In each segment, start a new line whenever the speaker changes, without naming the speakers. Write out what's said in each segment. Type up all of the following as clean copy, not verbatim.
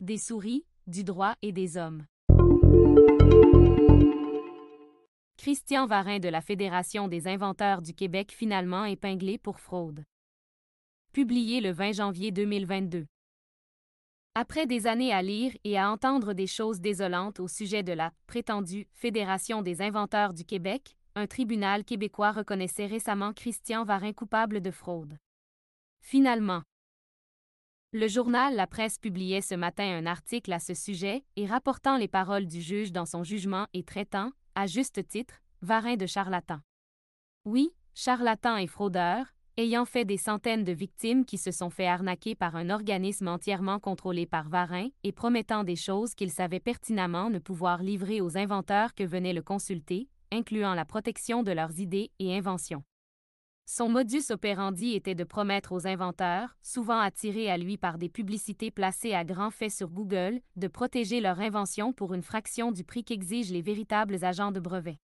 des souris, du droit et des hommes. Christian Varin de la Fédération des inventeurs du Québec finalement épinglé pour fraude. Publié le 20 janvier 2022. Après des années à lire et à entendre des choses désolantes au sujet de la prétendue Fédération des inventeurs du Québec, un tribunal québécois reconnaissait récemment Christian Varin coupable de fraude. Finalement, le journal La Presse publiait ce matin un article à ce sujet et rapportant les paroles du juge dans son jugement et traitant, à juste titre, Varin de charlatan. Oui, charlatan et fraudeur, ayant fait des centaines de victimes qui se sont fait arnaquer par un organisme entièrement contrôlé par Varin et promettant des choses qu'il savait pertinemment ne pouvoir livrer aux inventeurs que venaient le consulter, incluant la protection de leurs idées et inventions. Son modus operandi était de promettre aux inventeurs, souvent attirés à lui par des publicités placées à grands faits sur Google, de protéger leur invention pour une fraction du prix qu'exigent les véritables agents de brevet.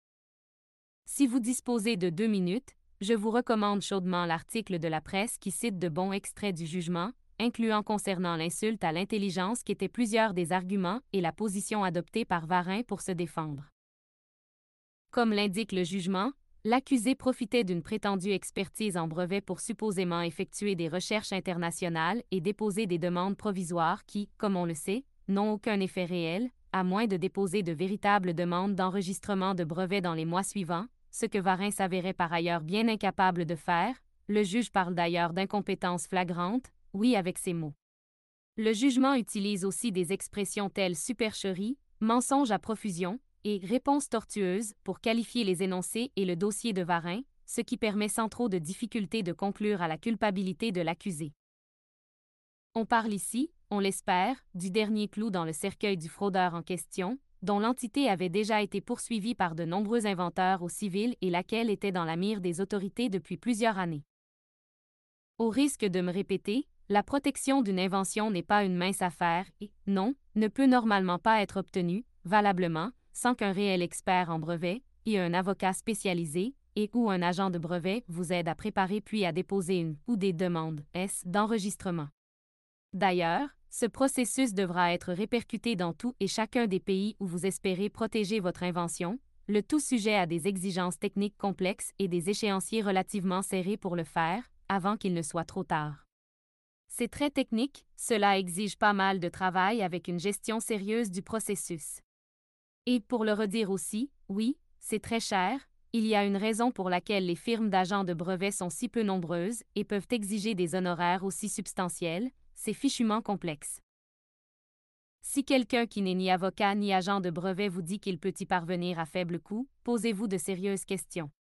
Si vous disposez de 2 minutes, je vous recommande chaudement l'article de la presse qui cite de bons extraits du jugement, incluant concernant l'insulte à l'intelligence qu'étaient plusieurs des arguments et la position adoptée par Varin pour se défendre. Comme l'indique le jugement, l'accusé profitait d'une prétendue expertise en brevet pour supposément effectuer des recherches internationales et déposer des demandes provisoires qui, comme on le sait, n'ont aucun effet réel, à moins de déposer de véritables demandes d'enregistrement de brevets dans les mois suivants, ce que Varin s'avérait par ailleurs bien incapable de faire. Le juge parle d'ailleurs d'incompétence flagrante, oui avec ces mots. Le jugement utilise aussi des expressions telles supercherie, mensonge à profusion, et réponse tortueuse pour qualifier les énoncés et le dossier de Varin, ce qui permet sans trop de difficulté de conclure à la culpabilité de l'accusé. On parle ici, on l'espère, du dernier clou dans le cercueil du fraudeur en question, dont l'entité avait déjà été poursuivie par de nombreux inventeurs au civil et laquelle était dans la mire des autorités depuis plusieurs années. Au risque de me répéter, la protection d'une invention n'est pas une mince affaire et, non, ne peut normalement pas être obtenue, valablement, sans qu'un réel expert en brevet, et un avocat spécialisé, et ou un agent de brevet vous aide à préparer puis à déposer une ou des demandes d'enregistrement. D'ailleurs, ce processus devra être répercuté dans tout et chacun des pays où vous espérez protéger votre invention, le tout sujet à des exigences techniques complexes et des échéanciers relativement serrés pour le faire, avant qu'il ne soit trop tard. C'est très technique, cela exige pas mal de travail avec une gestion sérieuse du processus. Et pour le redire aussi, oui, c'est très cher, il y a une raison pour laquelle les firmes d'agents de brevets sont si peu nombreuses et peuvent exiger des honoraires aussi substantiels, c'est fichument complexe. Si quelqu'un qui n'est ni avocat ni agent de brevet vous dit qu'il peut y parvenir à faible coût, posez-vous de sérieuses questions.